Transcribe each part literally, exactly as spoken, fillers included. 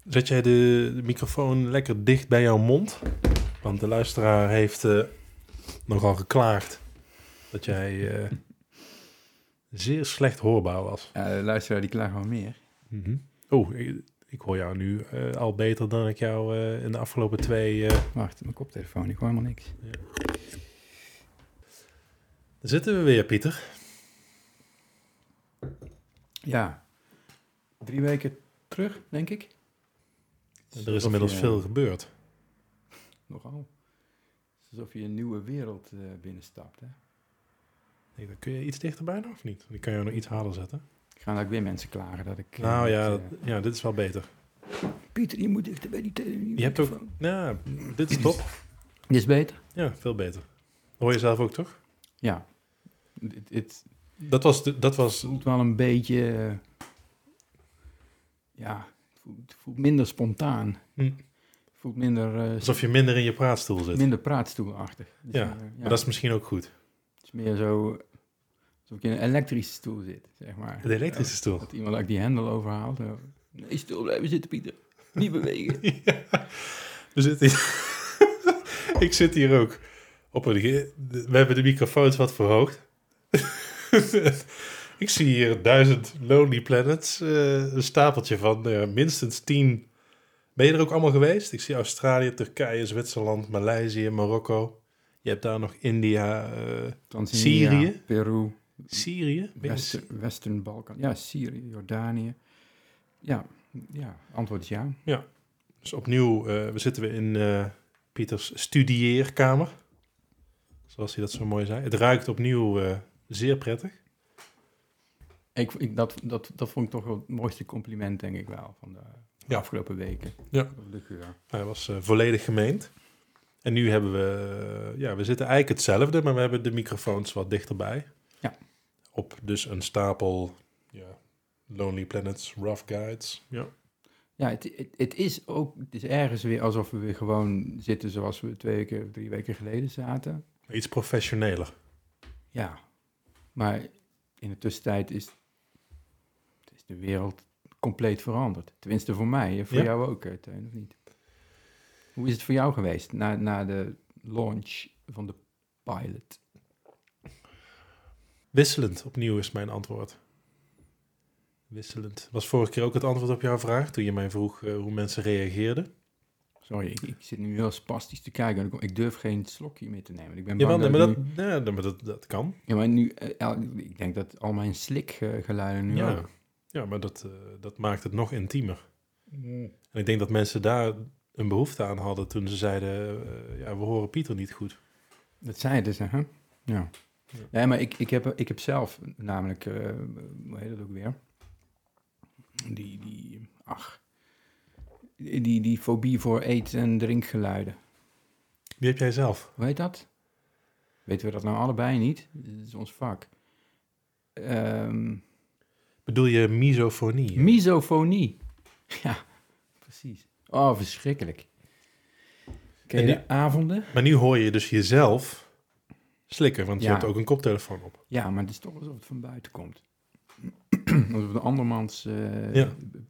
Zet jij de, de microfoon lekker dicht bij jouw mond? Want de luisteraar heeft uh, nogal geklaagd dat jij uh, zeer slecht hoorbaar was. Ja, de luisteraar die klaagt wel meer. Mm-hmm. Oh, ik, ik hoor jou nu uh, al beter dan ik jou uh, in de afgelopen twee... Uh... Wacht, mijn koptelefoon, ik hoor helemaal niks. Ja. Daar zitten we weer, Pieter. Ja, drie weken terug, denk ik. Er is inmiddels je, veel gebeurd. Nogal. Het is alsof je een nieuwe wereld uh, binnenstapt, hè? Nee, dan kun je iets dichterbij nog of niet? Die kan je nog iets harder zetten. Ik ga ook weer mensen klagen dat ik... Nou uh, ja, dat, uh, ja, dit is wel beter. Pieter, je moet dichter bij die televisie. Je hebt ook... Ja, dit is top. Dit is beter? Ja, veel beter. Hoor je zelf ook, toch? Ja. Het, het, dat was... De, dat was... Het voelt wel een beetje... Uh, ja... Het voelt minder spontaan. Hm. Het voelt minder... Uh, Alsof je minder in je praatstoel zit. Minder praatstoelachtig. Dus ja, uh, ja, maar dat is misschien ook goed. Het is meer zo... Alsof ik in een elektrische stoel zit, zeg maar. Een elektrische ja, stoel? Dat iemand like die hendel overhaalt. Zo. Nee, stil blijven zitten, Pieter. Niet bewegen. Ja. We zitten hier... ik zit hier ook. Op een... We hebben de microfoons wat verhoogd. Ik zie hier duizend Lonely Planets. Uh, een stapeltje van uh, minstens tien. Ben je er ook allemaal geweest? Ik zie Australië, Turkije, Zwitserland, Maleisië, Marokko. Je hebt daar nog India, uh, Tanzania, Syrië. Peru. Syrië? Wester, Western Balkan. Ja, Syrië, Jordanië. Ja, ja, antwoord is ja. Ja, dus opnieuw uh, we zitten we in uh, Pieters studieerkamer. Zoals hij dat zo mooi zei. Het ruikt opnieuw uh, zeer prettig. Ik, ik, dat, dat, dat vond ik toch wel het mooiste compliment, denk ik wel, van de, de ja. afgelopen weken. Ja, de geur. Hij was uh, volledig gemeend. En nu hebben we, uh, ja, we zitten eigenlijk hetzelfde, maar we hebben de microfoons wat dichterbij. Ja. Op dus een stapel, ja, Lonely Planets, Rough Guides. Ja, ja het, het, het is ook, het is ergens weer alsof we weer gewoon zitten zoals we twee weken, drie weken geleden zaten. Iets professioneler. Ja, maar in de tussentijd is, is de wereld compleet veranderd. Tenminste voor mij, en voor ja. jou ook, Teun, of niet? Hoe is het voor jou geweest na, na de launch van de pilot? Wisselend, opnieuw is mijn antwoord. Wisselend. Was vorige keer ook het antwoord op jouw vraag, toen je mij vroeg uh, hoe mensen reageerden. Sorry, ik, ik zit nu heel spastisch te kijken. Ik durf geen slokje meer te nemen. Ik ben ja, bang maar, dat maar, nu... dat, ja, maar dat, dat kan. Ja, maar nu, uh, ik denk dat al mijn slikgeluiden nu ja. ook... Ja, maar dat, uh, dat maakt het nog intiemer. Mm. En ik denk dat mensen daar een behoefte aan hadden toen ze zeiden, uh, ja, we horen Pieter niet goed. Dat zeiden ze, hè? Ja. Ja, ja maar ik, ik, heb, ik heb zelf namelijk, uh, hoe heet dat ook weer? Die, die, ach, die, die fobie voor eet- en drinkgeluiden. Die heb jij zelf? Hoe heet dat? Weten we dat nou allebei niet? Dat is ons vak. Um, Bedoel je misofonie? Misofonie. Ja, precies. Oh, verschrikkelijk. Ken je nu, de avonden? Maar nu hoor je dus jezelf slikken, want je ja. hebt ook een koptelefoon op. Ja, maar het is toch alsof het van buiten komt. Alsof het andermans uh, ja.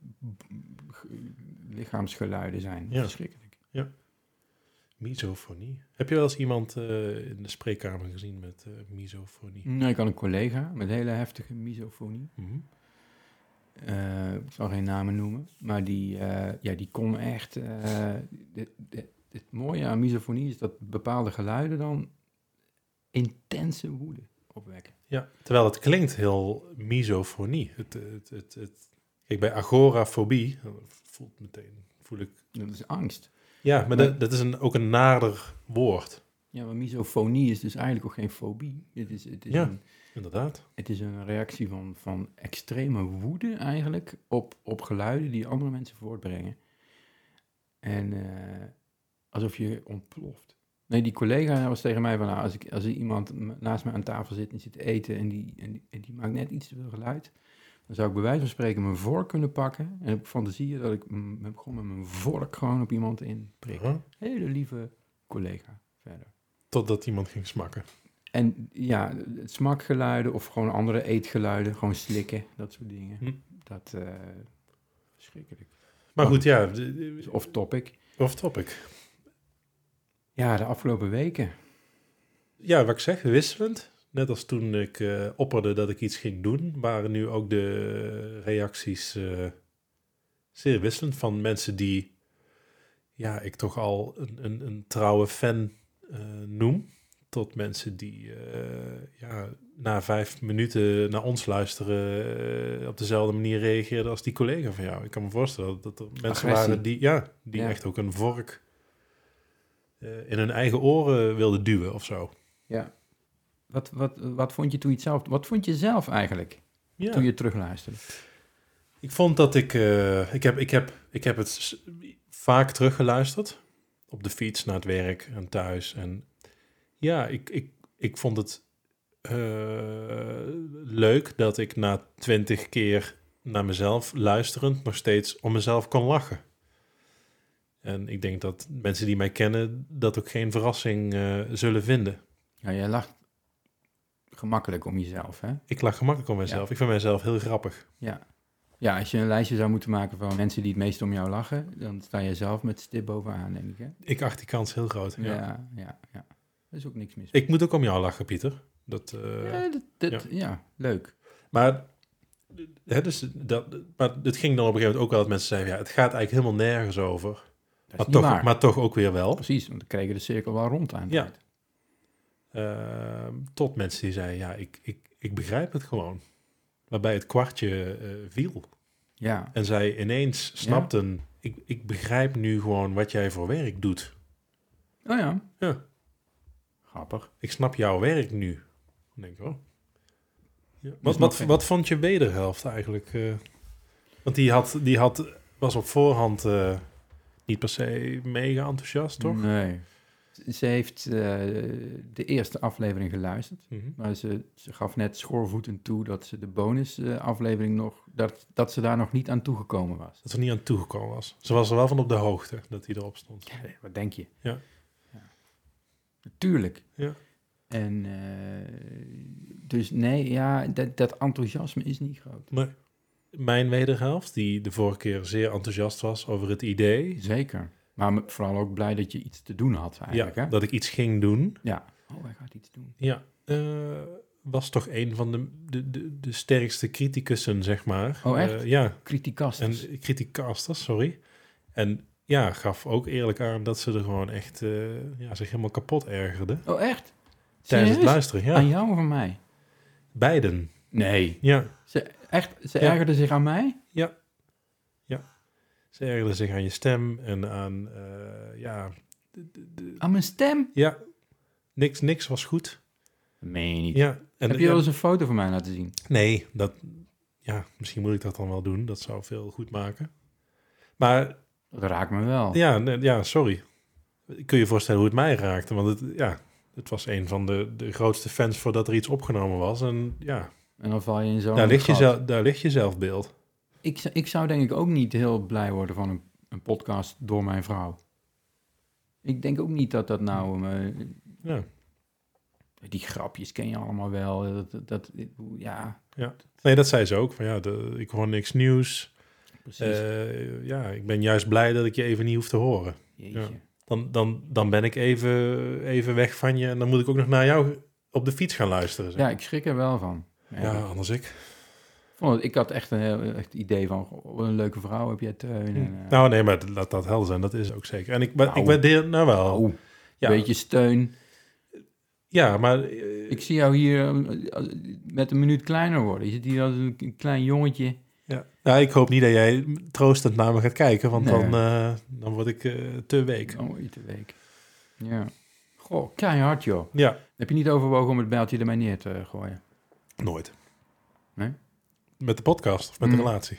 lichaamsgeluiden zijn. Ja. Verschrikkelijk. Ja. Misofonie. Heb je wel eens iemand uh, in de spreekkamer gezien met uh, misofonie? Nee, ik had een collega met hele heftige misofonie. Mm-hmm. Uh, ik zal geen namen noemen, maar die, uh, ja, die kon echt... Uh, dit, dit, het mooie aan misofonie is dat bepaalde geluiden dan intense woede opwekken. Ja, terwijl het klinkt heel misofonie. Het, het, het, het, kijk, bij agorafobie, voelt meteen, voel ik... Dat is angst. Ja, maar, maar dat, dat is een, ook een nader woord. Ja, maar misofonie is dus eigenlijk ook geen fobie. Het is, het is ja, een, inderdaad. Het is een reactie van, van extreme woede eigenlijk op, op geluiden die andere mensen voortbrengen. En uh, alsof je ontploft. Nee, die collega was tegen mij van, nou, als, ik, als er iemand naast me aan tafel zit en zit te eten en die, en die, en die maakt net iets te veel geluid, dan zou ik bij wijze van spreken mijn vork kunnen pakken en heb ik fantasieën dat ik m- m- gewoon met mijn vork gewoon op iemand inprik. Uh-huh. Hele lieve collega verder. Totdat iemand ging smakken. En ja, smakgeluiden of gewoon andere eetgeluiden, gewoon slikken, dat soort dingen. Hm. Dat, uh, verschrikkelijk. Maar goed, ja. Off topic. Off topic. Ja, de afgelopen weken. Ja, wat ik zeg, wisselend. Net als toen ik uh, opperde dat ik iets ging doen, waren nu ook de reacties uh, zeer wisselend van mensen die, ja, ik toch al een, een, een trouwe fan uh, noem, tot mensen die uh, ja, na vijf minuten naar ons luisteren uh, op dezelfde manier reageerden als die collega van jou. Ik kan me voorstellen dat er mensen Agressie. waren die, ja, die Ja. echt ook een vork uh, in hun eigen oren wilden duwen of zo. Ja. Wat, wat, wat vond je toen je het zelf... Wat vond je zelf eigenlijk Ja. toen je terugluisterde? Ik vond dat ik... Uh, ik, heb, ik, heb, ik heb het s- vaak teruggeluisterd. Op de fiets, naar het werk en thuis. En ja, ik, ik, ik vond het uh, leuk dat ik na twintig keer naar mezelf luisterend nog steeds om mezelf kon lachen. En ik denk dat mensen die mij kennen dat ook geen verrassing uh, zullen vinden. Ja, jij lacht gemakkelijk om jezelf, hè? Ik lach gemakkelijk om mezelf. Ja. Ik vind mezelf heel grappig. Ja. Ja, als je een lijstje zou moeten maken van mensen die het meest om jou lachen, dan sta je zelf met stip bovenaan, denk ik, hè? Ik acht die kans heel groot. Ja. Ja, ja, ja. Er is ook niks mis. Ik moet ook om jou lachen, Pieter. Dat, uh, ja, dat, dat, ja. ja, leuk. Maar, hè, dus dat, maar het ging dan op een gegeven moment ook wel dat mensen zeiden, ja, het gaat eigenlijk helemaal nergens over. Dat is Maar niet toch, waar. maar toch ook weer wel. Precies, want dan kregen de cirkel wel rond aan. Ja. Uh, tot mensen die zeiden, ja, ik, ik, ik begrijp het gewoon. Waarbij het kwartje uh, viel. Ja. En zij ineens snapten, ja. ik, ik begrijp nu gewoon wat jij voor werk doet. Oh ja. Ja. Grappig. Ik snap jouw werk nu. Dan denk ik, oh. Ja. Wat, wat, wat vond je wederhelft eigenlijk? Uh, want die, had, die had, was op voorhand uh, niet per se mega enthousiast, toch? Nee. Ze heeft uh, de eerste aflevering geluisterd. Mm-hmm. Maar ze, ze gaf net schoorvoetend toe dat ze de bonus uh, aflevering nog... Dat, dat ze daar nog niet aan toegekomen was. Dat ze niet aan toegekomen was. Ze was er wel van op de hoogte dat hij erop stond. Ja, wat denk je? Ja. Ja. Natuurlijk. Ja. En uh, dus nee, ja, dat, dat enthousiasme is niet groot. Nee. Mijn wederhelft, die de vorige keer zeer enthousiast was over het idee. Zeker. Maar vooral ook blij dat je iets te doen had eigenlijk. Ja, hè? dat ik iets ging doen. Ja. Oh, hij gaat iets doen. Ja. Uh, was toch een van de, de, de, de sterkste criticussen, zeg maar. Oh, echt? Uh, ja. Criticasters. En criticasters, sorry. En ja, gaf ook eerlijk aan dat ze er gewoon echt uh, ja, zich helemaal kapot ergerden. Oh, echt? Tijdens Serieus? het luisteren, ja. Aan jou of aan mij? Beiden. Nee. Ja. Ze, echt, ze Ja. ergerden zich aan mij? Ja. Ja. Ze ergerden zich aan je stem en aan, uh, ja... De, de, de, aan mijn stem? Ja. Niks, niks was goed. Dat meen je niet. Ja. En, Heb je wel eens een foto van mij laten zien? Nee, dat... Ja, misschien moet ik dat dan wel doen. Dat zou veel goed maken. Maar... Dat raakt me wel. Ja, nee, ja, sorry. Kun je je voorstellen hoe het mij raakte? Want het, ja, het was een van de, de grootste fans voordat er iets opgenomen was. En ja, En dan val je in zo'n daar ligt, je gat. zelf, daar ligt je zelfbeeld. Ik, zou- ik zou denk ik ook niet heel blij worden van een, een podcast door mijn vrouw. Ik denk ook niet dat dat nou... Uh, Ja. Die grapjes ken je allemaal wel. Dat, dat, dat, ja, Ja. Nee, dat zei ze ook. Van, ja, de, ik hoor niks nieuws. precies. Uh, ja, ik ben juist blij dat ik je even niet hoef te horen. Jeetje. Ja. Dan, dan, dan ben ik even, even weg van je en dan moet ik ook nog naar jou op de fiets gaan luisteren. Zeg. Ja, ik schrik er wel van. Ja, Ja, anders ik. vond het- ik had echt een heel, echt idee van, goh, wat een leuke vrouw heb jij, Teun. En, uh, Nou nee, maar laat dat helder zijn. Dat is ook zeker. En ik, wa- Nou. ik waardeer, nou wel. oh, Ja, beetje steun. ja, maar... uh, Ik zie jou hier uh, met een minuut kleiner worden. Je zit hier als een, een klein jongetje. Ja. Nou, ik hoop niet dat jij troostend naar me gaat kijken, want Nee. dan, uh, dan word ik uh, te week. Oh, iedere week. Ja. Goh, keihard joh. Ja, Heb je niet overwogen om het bijltje er maar neer te gooien? nooit. Nee? Met de podcast of met Mm. de relatie?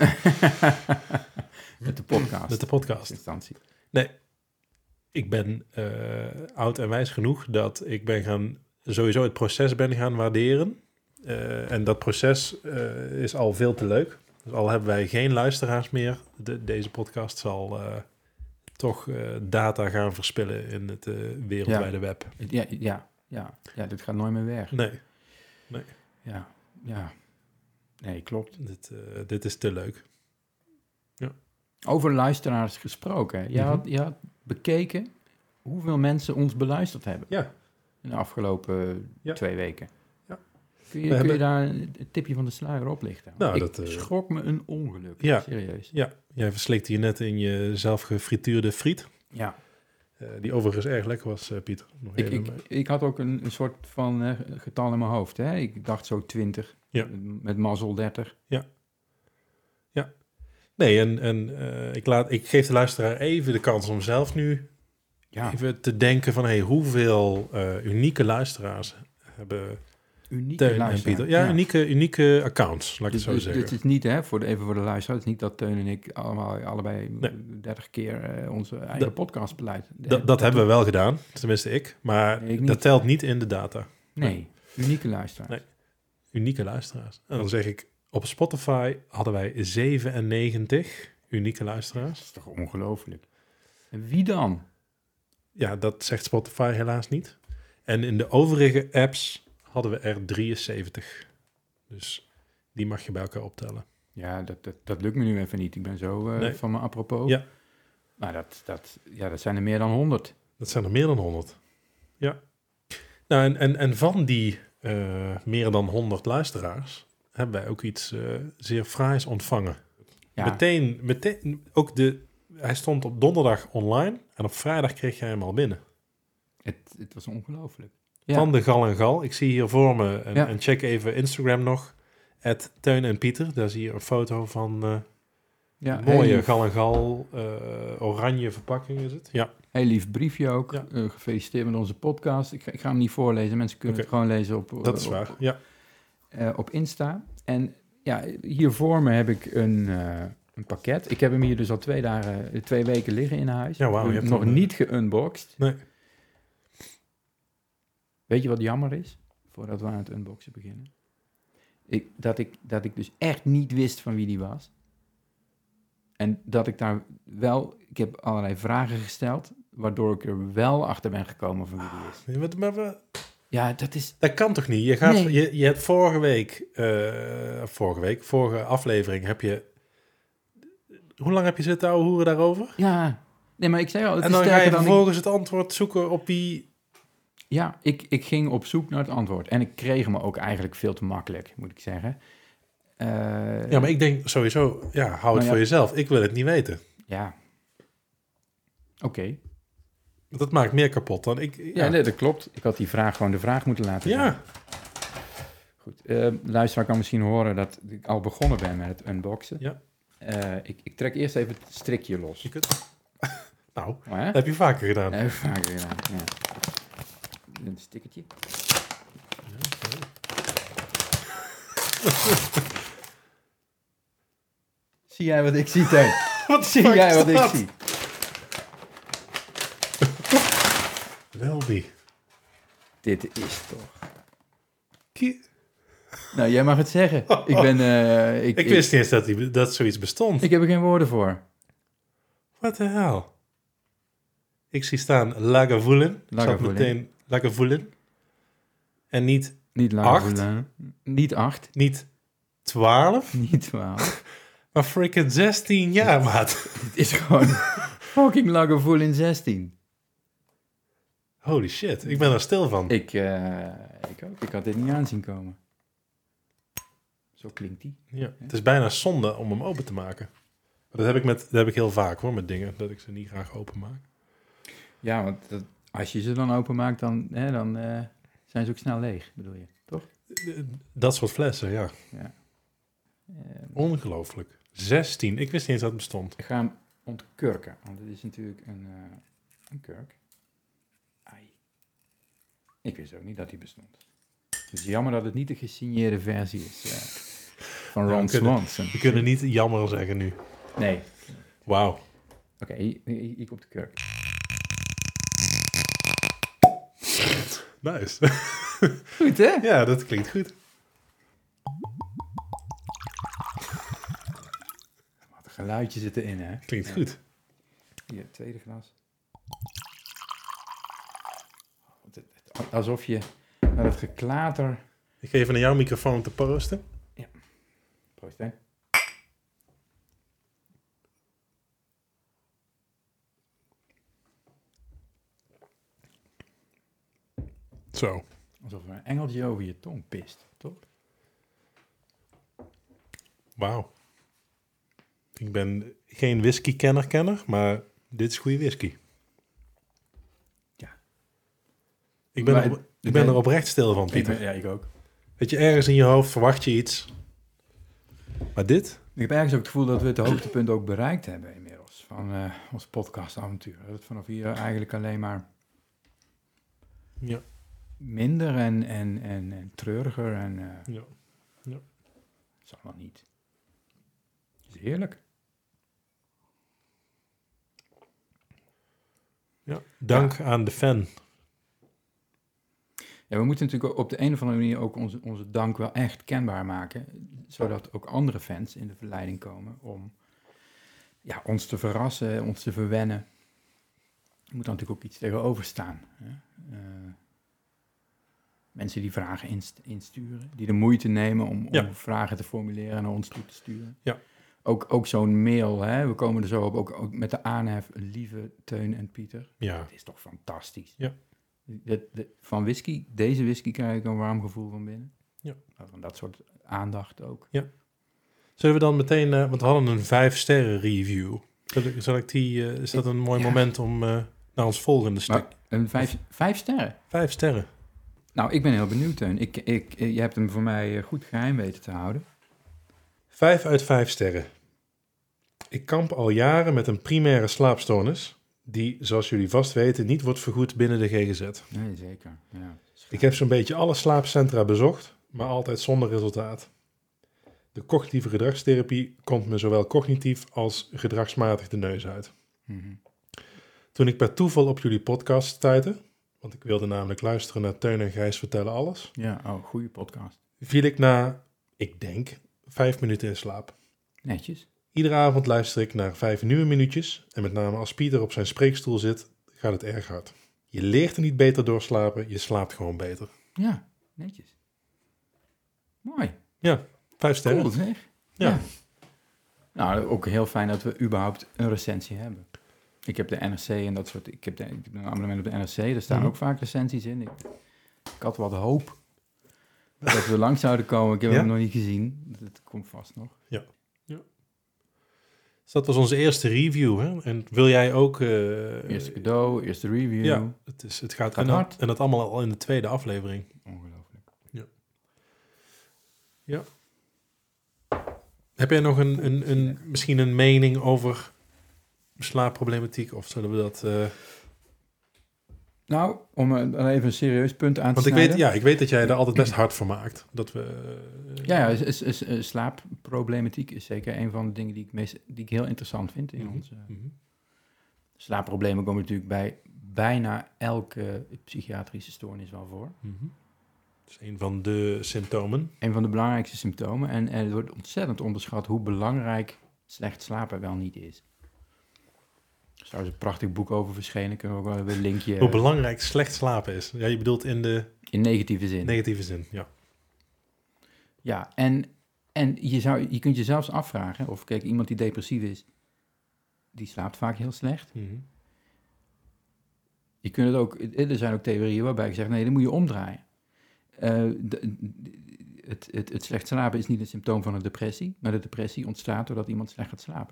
Met de podcast. Met de In podcast. instantie. Nee, ik ben uh, oud en wijs genoeg dat ik ben gaan, sowieso het proces ben gaan waarderen. Uh, en dat proces uh, is al veel te leuk. Dus al hebben wij geen luisteraars meer, de, deze podcast zal uh, toch uh, data gaan verspillen in het uh, wereldwijde Ja. web. Ja, ja, ja, ja, dit gaat nooit meer weg. Nee, Ja, ja. Nee, klopt. dit, uh, dit is te leuk. Ja. Over luisteraars gesproken. Je, Mhm. had, je had bekeken hoeveel mensen ons beluisterd hebben Ja. in de afgelopen Ja. twee weken. Ja. Kun, je, We kun je hebben- daar een tipje van de sluier oplichten? Nou, Ik dat, eh, schrok me een ongeluk. Ja. Serieus. Ja, jij verslikte je net in je zelf gefrituurde friet. Ja. Uh, die overigens erg lekker was, uh, Pieter. Nog Ik, even ik, mee. ik had ook een, een soort van uh, getal in mijn hoofd. Hè? Ik dacht zo twintig. Ja. Met mazzel dertig. Nee, en, en uh, ik, laat, ik geef de luisteraar even de kans om zelf nu Ja. even te denken van... Hey, hoeveel uh, unieke luisteraars hebben Unieke Teun en luisteraar. Pieter? Ja, Unieke, unieke accounts, laat ik Dus, het zo dus, zeggen. dit is niet, hè, voor de, even voor de luisteraar, het is niet dat Teun en ik allemaal, allebei Nee. dertig keer uh, onze eigen Dat- podcast beleid. Dat, dat, dat hebben we wel gedaan, tenminste ik. Maar Nee, ik niet. dat telt niet in de data. Nee, unieke luisteraars. Nee. Unieke luisteraars. En dan zeg ik, op Spotify hadden wij zevenennegentig unieke luisteraars. Dat is toch ongelooflijk. En wie dan? Ja, dat zegt Spotify helaas niet. En in de overige apps hadden we er drieënzeventig. Dus die mag je bij elkaar optellen. Ja, dat, dat, dat lukt me nu even niet. Ik ben zo uh, Nee. van me apropos. Ja. Maar dat, dat, ja, dat zijn er meer dan honderd. Dat zijn er meer dan honderd. Ja. Nou, en, en, en van die uh, meer dan honderd luisteraars hebben wij ook iets uh, zeer fraais ontvangen. Ja. Meteen, meteen, ook de, hij stond op donderdag online en op vrijdag kreeg jij hem al binnen. Het, het was ongelooflijk. Ja. Van de Gal en Gal. Ik zie hier voor me, en, Ja. en check even Instagram nog, at Teun en Pieter. Daar zie je een foto van uh, Ja, een mooie heel lief. Gal en Gal, uh, oranje verpakking is het. Ja, Heel lief briefje ook. Ja. Uh, gefeliciteerd met onze podcast. Ik ga, ik ga hem niet voorlezen. Mensen kunnen Oké. het gewoon lezen op, dat is op, waar. Ja. uh, op Insta. En ja, hier voor me heb ik een, uh, een pakket. Ik heb hem hier dus al twee dagen, twee weken liggen in huis. Ja, wauw, je hebt Nog hem, niet geunboxed. Nee. Weet je wat jammer is? Voordat we aan het unboxen beginnen. Ik, dat, ik, dat ik dus echt niet wist van wie die was. En dat ik daar wel... Ik heb allerlei vragen gesteld, waardoor ik er wel achter ben gekomen van wie die is. Ja, maar, maar, Ja, dat is... dat kan toch niet? Je, gaat, Nee. je, je hebt vorige week, uh, vorige week, vorige aflevering heb je... Hoe lang heb je zitten ouwe hoeren daarover? Ja, nee, maar ik zei al... Het En is dan ga sterker je dan ik- vervolgens het antwoord zoeken op wie... Ja, ik, ik ging op zoek naar het antwoord. En ik kreeg me ook eigenlijk veel te makkelijk, moet ik zeggen. Uh, Ja, maar ik denk sowieso, ja, hou het Nou ja. voor jezelf. Ik wil het niet weten. Ja. Oké. Okay. Want dat maakt meer kapot dan ik. Ja, Ja, nee, dat klopt. Ik had die vraag gewoon de vraag moeten laten zijn. ja. Goed. Uh, de luisteraar kan misschien horen dat ik al begonnen ben met het unboxen. Ja. Uh, ik, ik trek eerst even het strikje los. Je kunt... Nou, Oh, hè? dat heb je vaker gedaan. Even vaker gedaan, ja. Een stickertje. Zie jij wat ik zie, Teun? Wat Zie fuck jij is wat ik dat? zie? Wel die. Dit is toch... Kie- Nou, jij mag het zeggen. Ik ben... Uh, ik, Ik wist niet eens dat, die, dat zoiets bestond. Ik heb er geen woorden voor. Wat de hel? Ik zie staan Lagavulin. Ik zat Lagavulin. meteen Lagavulin. En niet, Niet Acht? lang. Niet acht. niet twaalf, Niet twaalf. maar freaking zestien jaar, maat. Het is gewoon fucking Lagavulin in zestien. Holy shit, ik ben er stil van. Ik, uh, ik ook. Ik had dit niet aanzien komen. Zo klinkt die. Ja, het is bijna zonde om hem open te maken. Maar dat heb ik, met, dat heb ik heel vaak hoor, met dingen, dat ik ze niet graag open maak. Ja, want dat, als je ze dan openmaakt, dan, hè, dan uh, zijn ze ook snel leeg, bedoel je, toch? Dat soort flessen, ja. Ja. Uh, Ongelooflijk. zestien, ik wist niet eens dat het bestond. Ik ga hem ontkurken, want dit is natuurlijk een, uh, een kurk. Ai. Ik wist ook niet dat die bestond. Het is jammer dat het niet de gesigneerde versie is uh, van Ron Ja, we kunnen- Swanson. We kunnen niet jammer zeggen nu. Nee. Wauw. Oké, okay, hier, hier, hier komt de kurk. Nice. Goed, hè? Ja, dat klinkt goed. Wat een geluidje zit erin, hè? Klinkt Ja. goed. Hier, het tweede glas. Alsof je naar het geklater... Ik geef naar jouw microfoon te posten. Proost, hè? Zo. Alsof er een engeltje over je tong pist, toch? Wauw. Ik ben geen whisky-kenner-kenner, maar dit is goede whisky. Ja. Ik ben, Maar er, het- ik ben het- er oprecht stil van, Ik Pieter. ben- ja, ik ook. Weet je, ergens in je hoofd verwacht je iets. Maar dit? Ik heb ergens ook het gevoel dat we het hoogtepunt ook bereikt hebben inmiddels. Van eh, ons podcastavontuur. Dat het vanaf hier eigenlijk alleen maar Ja. minder en, en, en, en treuriger en... eh Ja. Ja. is allemaal niet. Het is heerlijk. Ja. Dank aan de fan. Ja, we moeten natuurlijk op de een of andere manier ook onze, onze dank wel echt kenbaar maken. Zodat ook andere fans in de verleiding komen om ja, ons te verrassen, ons te verwennen. Er moet dan natuurlijk ook iets tegenover staan. Hè? Uh, mensen die vragen inst- insturen, die de moeite nemen om, om Ja. vragen te formuleren en naar ons toe te sturen. Ja. Ook, ook zo'n mail, hè? We komen er zo op, ook, ook met de aanhef, lieve Teun en Pieter. Ja. Het is toch fantastisch. Ja. De, de, van whisky, deze whisky krijg ik een warm gevoel van binnen. Ja. Maar van dat soort aandacht ook. Zullen we dan meteen, uh, want we hadden een vijf sterren review. Zal ik, zal ik die, uh, is dat een mooi Ja. moment om uh, naar ons volgende stuk? Maar een vijf, vijf sterren? Vijf sterren. Nou, ik ben heel benieuwd, Teun. Ik, ik, je hebt hem voor mij goed geheim weten te houden. Vijf uit vijf sterren. Ik kamp al jaren met een primaire slaapstoornis, die, zoals jullie vast weten, niet wordt vergoed binnen de G G Z. Nee, zeker. Ja. Ik heb zo'n beetje alle slaapcentra bezocht, maar altijd zonder resultaat. De cognitieve gedragstherapie komt me zowel cognitief als gedragsmatig de neus uit. Mm-hmm. Toen ik per toeval op jullie podcast stuitte, want ik wilde namelijk luisteren naar Teun en Gijs vertellen alles, Ja, oh, goede podcast. viel ik na, ik denk, vijf minuten in slaap. Netjes. Iedere avond luister ik naar vijf nieuwe minuutjes en met name als Pieter op zijn spreekstoel zit, gaat het erg hard. Je leert er niet beter door slapen, je slaapt gewoon beter. Ja, netjes. Mooi. Ja, vijf sterren. Cool, zeg. Ja. Ja. Nou, ook heel fijn dat we überhaupt een recensie hebben. Ik heb de N R C en dat soort... Ik heb, de, ik heb een abonnement op de N R C, daar staan Mhm. ook vaak recensies in. Ik, ik had wat hoop dat we langs zouden komen. Ik heb Ja? hem nog niet gezien. Dat komt vast nog. Dus dat was onze eerste review. Hè? En wil jij ook... Uh, Eerste cadeau, eerste review. Ja, het, is, het gaat, gaat en, hard. dat, en dat allemaal al in de tweede aflevering. Ongelooflijk. Ja. Heb jij nog een, een, een, misschien een mening over slaapproblematiek? Of zullen we dat... Uh... Nou, om uh, even een serieus punt aan te Want ik snijden. weet, ja, ik weet dat jij er altijd best hard voor maakt. Dat we... Uh, Ja, ja is, is, is, uh, slaapproblematiek is zeker een van de dingen die ik, meest, die ik heel interessant vind in mm-hmm. onze... Uh, mm-hmm. Slaapproblemen komen natuurlijk bij bijna elke psychiatrische stoornis wel voor. Mm-hmm. Dat is een van de symptomen. Een van de belangrijkste symptomen. En, en er wordt ontzettend onderschat hoe belangrijk slecht slapen wel niet is. Er is trouwens een prachtig boek over verschenen. Kunnen we ook wel weer een linkje... Hoe belangrijk slecht slapen is. Ja, je bedoelt in de... In negatieve zin. Negatieve zin, ja. Ja, en, en je, zou, je kunt je zelfs afvragen... Of kijk, iemand die depressief is... Die slaapt vaak heel slecht. Mm-hmm. Je kunt het ook... Er zijn ook theorieën waarbij ik zeg... Nee, dat moet je omdraaien. Uh, de, de, het, het, het slecht slapen is niet een symptoom van een depressie... maar de depressie ontstaat doordat iemand slecht gaat slapen.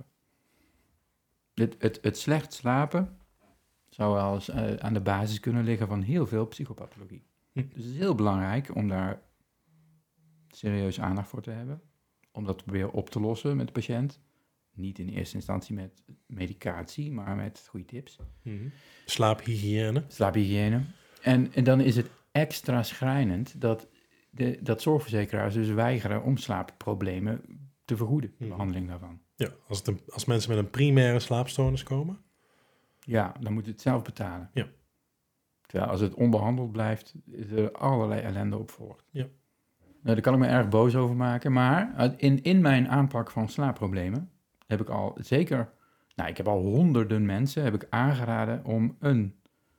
Het, het, het slecht slapen zou wel eens uh, aan de basis kunnen liggen van heel veel psychopathologie. Hm. Dus het is heel belangrijk om daar serieus aandacht voor te hebben... om dat te proberen op te lossen met de patiënt. Niet in eerste instantie met medicatie, maar met goede tips. Mm-hmm. Slaaphygiëne. Slaaphygiëne. En, en dan is het extra schrijnend dat, de, dat zorgverzekeraars dus weigeren om slaapproblemen te vergoeden, de Mm-hmm. behandeling daarvan. Ja, als, het een, als mensen met een primaire slaapstoornis komen. Ja, dan moet het zelf betalen. Ja. Terwijl als het onbehandeld blijft, is er allerlei ellende op volgt. Ja. Nou, daar kan ik me erg boos over maken, maar in, in mijn aanpak van slaapproblemen heb ik al zeker, nou ik heb al honderden mensen heb ik aangeraden om een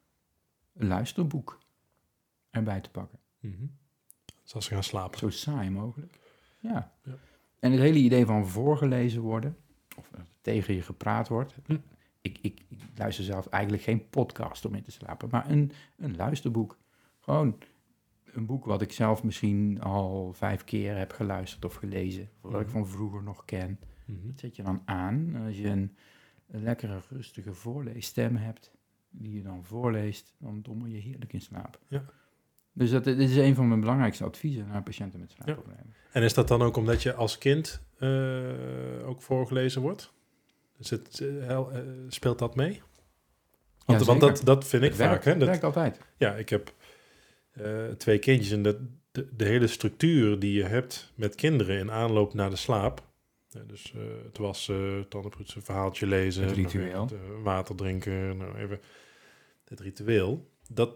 luisterboek erbij te pakken. Mm-hmm. Zoals ze gaan slapen. Zo saai mogelijk. Ja. Ja. En het hele idee van voorgelezen worden, of er tegen je gepraat wordt. Hm. Ik, ik, ik luister zelf eigenlijk geen podcast om in te slapen, maar een, een luisterboek. Gewoon een boek wat ik zelf misschien al vijf keer heb geluisterd of gelezen, of wat ik Mhm. van vroeger nog ken. Mhm. Dat zet je dan aan. Als je een, een lekkere, rustige voorleesstem hebt, die je dan voorleest, dan dommel je heerlijk in slaap. Ja. Dus dat, dit is een van mijn belangrijkste adviezen naar patiënten met slaapproblemen. En is dat dan ook omdat je als kind uh, ook voorgelezen wordt? Is het, uh, hel, uh, speelt dat mee? Want, Ja, want dat, dat vind ik het vaak. Werkt, hè? Het Dat, werkt altijd. Ja, ik heb uh, twee kindjes en de, de, de hele structuur die je hebt met kinderen in aanloop naar de slaap. Ja, dus uh, het wassen, tandenpoetsen, verhaaltje lezen. Het ritueel. Het, uh, water drinken, nou even het ritueel. Dat,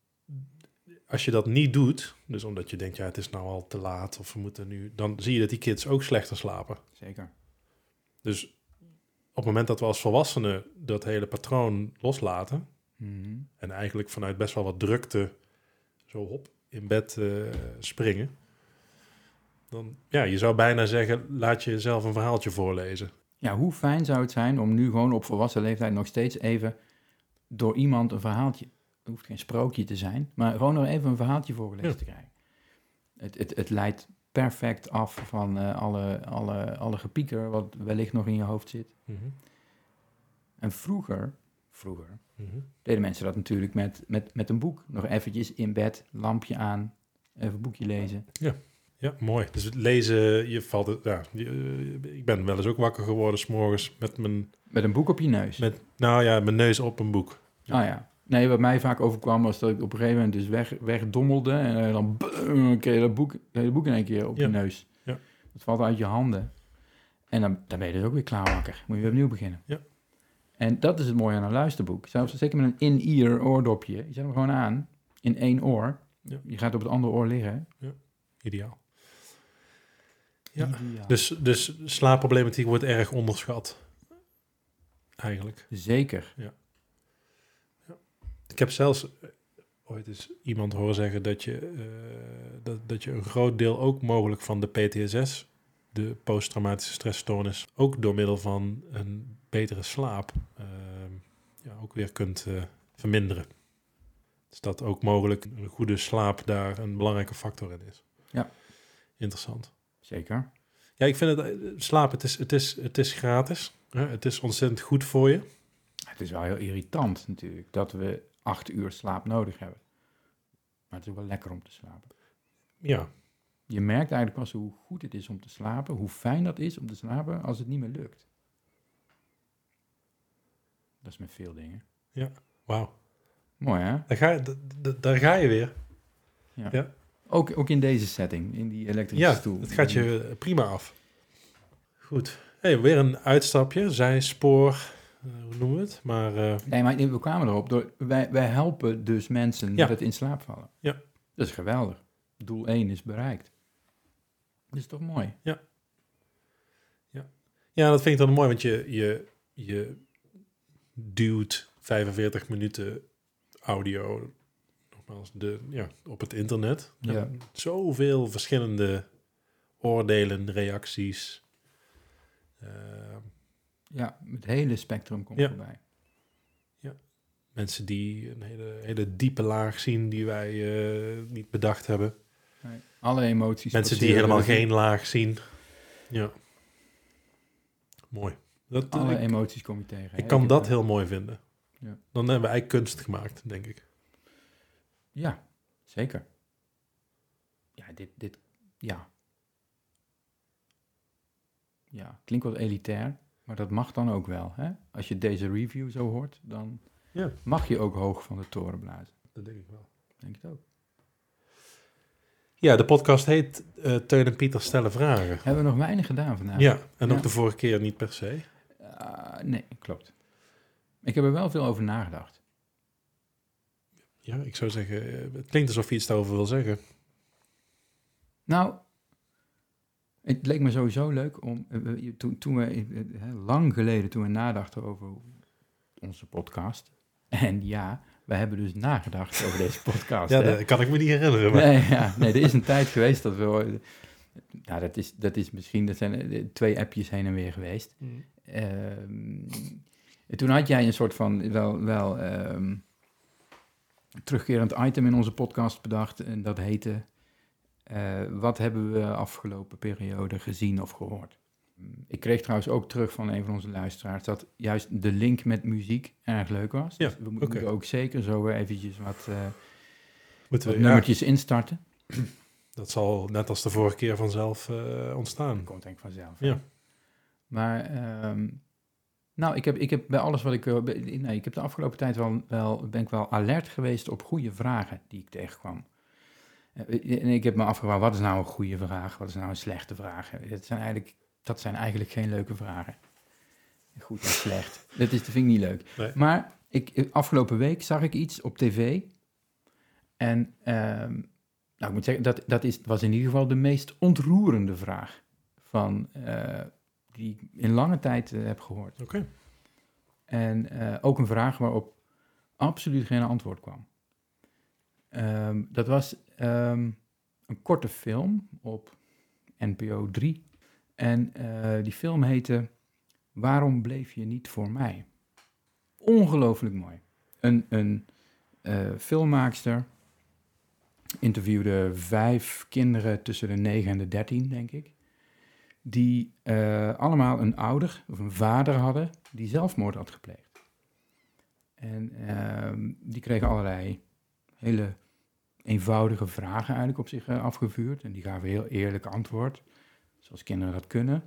als je dat niet doet, dus omdat je denkt, ja, het is nou al te laat of we moeten nu, dan zie je dat die kids ook slechter slapen. Zeker. Dus op het moment dat we als volwassenen dat hele patroon loslaten, Mm-hmm. en eigenlijk vanuit best wel wat drukte zo hop in bed uh, springen, dan, ja, je zou bijna zeggen, laat je jezelf een verhaaltje voorlezen. Ja, hoe fijn zou het zijn om nu gewoon op volwassen leeftijd nog steeds even door iemand een verhaaltje, het hoeft geen sprookje te zijn, maar gewoon nog even een verhaaltje voorgelezen ja. te krijgen. Het, het, het leidt perfect af van uh, alle, alle, alle gepieker wat wellicht nog in je hoofd zit. Mm-hmm. En vroeger, vroeger mm-hmm. deden mensen dat natuurlijk met, met, met een boek. Nog eventjes in bed, lampje aan, even een boekje lezen. Ja, ja, mooi. Dus het lezen, je valt het, ja, je, uh, ik ben wel eens ook wakker geworden 's morgens met mijn... Met een boek op je neus? Met, nou ja, mijn neus op een boek. Ja. Oh ja. Nee, wat mij vaak overkwam was dat ik op een gegeven moment dus weg, wegdommelde en dan bum, kreeg je dat boek, kreeg je dat boek in één keer op ja. je neus. Ja. Dat valt uit je handen. En dan, dan ben je dus ook weer klaar wakker. Moet je weer opnieuw beginnen. Ja. En dat is het mooie aan een luisterboek. Zelfs zeker met een in-ear oordopje. Je zet hem gewoon aan, in één oor. Ja. Je gaat op het andere oor liggen. Ja, ideaal. Ja, ideaal. Dus, dus slaapproblematiek wordt erg onderschat. Eigenlijk. Zeker. Ja. Ja. Ik heb zelfs ooit eens iemand horen zeggen dat je, uh, dat, dat je een groot deel ook mogelijk van de P T S S, de posttraumatische stressstoornis, ook door middel van een betere slaap uh, ja, ook weer kunt uh, verminderen. Dus dat ook mogelijk een goede slaap daar een belangrijke factor in is. Ja. Interessant. Zeker. Ja, ik vind het, slaap, het is, het is, het is gratis. Hè? Het is ontzettend goed voor je. Het is wel heel irritant natuurlijk, dat we acht uur slaap nodig hebben. Maar het is ook wel lekker om te slapen. Ja. Je merkt eigenlijk pas hoe goed het is om te slapen, hoe fijn dat is om te slapen als het niet meer lukt. Dat is met veel dingen. Ja, wauw. Mooi, hè? Daar ga, d- d- daar ga je weer. Ja. Ja. Ook, ook in deze setting, in die elektrische Ja, stoel. het gaat je prima af. Goed. Hey, weer een uitstapje, zijspoor, uh, hoe noemen we het? Maar, uh... Nee, maar we kwamen erop. Door, wij, wij helpen dus mensen ja. met het in slaap vallen. Ja. Dat is geweldig. Doel één is bereikt. Dat is toch mooi? Ja. Ja, ja dat vind ik dan mooi, want je, je, je duwt vijfenveertig minuten audio nogmaals de, ja, op het internet. Ja. Zoveel verschillende oordelen, reacties. Uh, ja, het hele spectrum komt ja. voorbij. Ja, mensen die een hele, hele diepe laag zien die wij uh, niet bedacht hebben. Nee. Alle emoties. Mensen die helemaal geen laag zien. Ja. Mooi. Dat, Alle ik, emoties kom je tegen. Ik hè? kan ik dat heb, heel mooi vinden. Ja. Dan hebben we eigenlijk kunst gemaakt, denk ik. Ja, zeker. Ja, dit, dit, ja. Ja, klinkt wat elitair, maar dat mag dan ook wel. Hè? Als je deze review zo hoort, dan ja. mag je ook hoog van de toren blazen. Dat denk ik wel. Denk het ook. Ja, de podcast heet uh, Teun en Pieter stellen vragen. Hebben we nog weinig gedaan vandaag. Ja, en ja. ook de vorige keer niet per se. Uh, nee, klopt. Ik heb er wel veel over nagedacht. Ja, ik zou zeggen, het klinkt alsof je iets daarover wil zeggen. Nou, het leek me sowieso leuk om, uh, toen, toen we, uh, lang geleden, toen we nadachten over onze podcast. En ja, we hebben dus nagedacht over deze podcast. Ja, hè? dat kan ik me niet herinneren. Maar... Nee, ja, nee, er is een tijd geweest dat we... Nou, dat is, dat is misschien, dat zijn twee appjes heen en weer geweest. Mm. Um, toen had jij een soort van, wel, wel um, terugkerend item in onze podcast bedacht. En dat heette, uh, wat hebben we afgelopen periode gezien of gehoord? Ik kreeg trouwens ook terug van een van onze luisteraars dat juist de link met muziek erg leuk was. Ja, dus we okay. moeten ook zeker zo eventjes wat, uh, moeten we, wat nummertjes ja. instarten. Dat zal net als de vorige keer vanzelf uh, ontstaan. Dat komt denk ik vanzelf. Ja. Maar um, nou, ik heb, ik heb bij alles wat ik... Uh, nee, ik heb de afgelopen tijd wel, wel, ben ik wel alert geweest op goede vragen die ik tegenkwam. Uh, en ik heb me afgevraagd, wat is nou een goede vraag? Wat is nou een slechte vraag? Het zijn eigenlijk, dat zijn eigenlijk geen leuke vragen. Goed en slecht. Dat, is, dat vind ik niet leuk. Nee. Maar ik, afgelopen week zag ik iets op tv. En um, nou, ik moet zeggen, dat, dat is, was in ieder geval de meest ontroerende vraag van... Uh, die ik in lange tijd uh, heb gehoord. Oké. Okay. En uh, ook een vraag waarop absoluut geen antwoord kwam. Um, dat was um, een korte film op N P O drie. En uh, die film heette Waarom bleef je niet voor mij? Ongelooflijk mooi. Een, een uh, filmmaakster interviewde vijf kinderen tussen de negen en de dertien, denk ik. Die uh, allemaal een ouder of een vader hadden die zelfmoord had gepleegd. En uh, die kregen allerlei hele eenvoudige vragen eigenlijk op zich uh, afgevuurd. En die gaven heel eerlijk antwoord, zoals kinderen dat kunnen.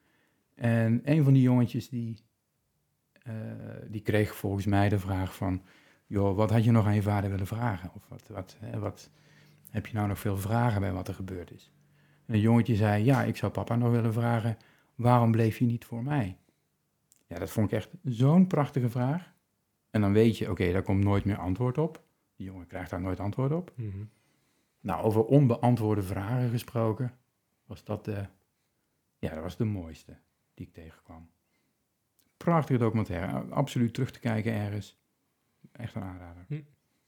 En een van die jongetjes die, uh, die kreeg volgens mij de vraag van... joh, wat had je nog aan je vader willen vragen? Of wat, wat, hè, wat heb je nou nog veel vragen bij wat er gebeurd is? En een jongetje zei, ja, ik zou papa nog willen vragen, waarom bleef je niet voor mij? Ja, dat vond ik echt zo'n prachtige vraag. En dan weet je, oké, okay, daar komt nooit meer antwoord op. Die jongen krijgt daar nooit antwoord op. Mm-hmm. Nou, over onbeantwoorde vragen gesproken, was dat de, ja, dat was de mooiste die ik tegenkwam. Prachtige documentaire, absoluut terug te kijken ergens. Echt een aanrader. Hm.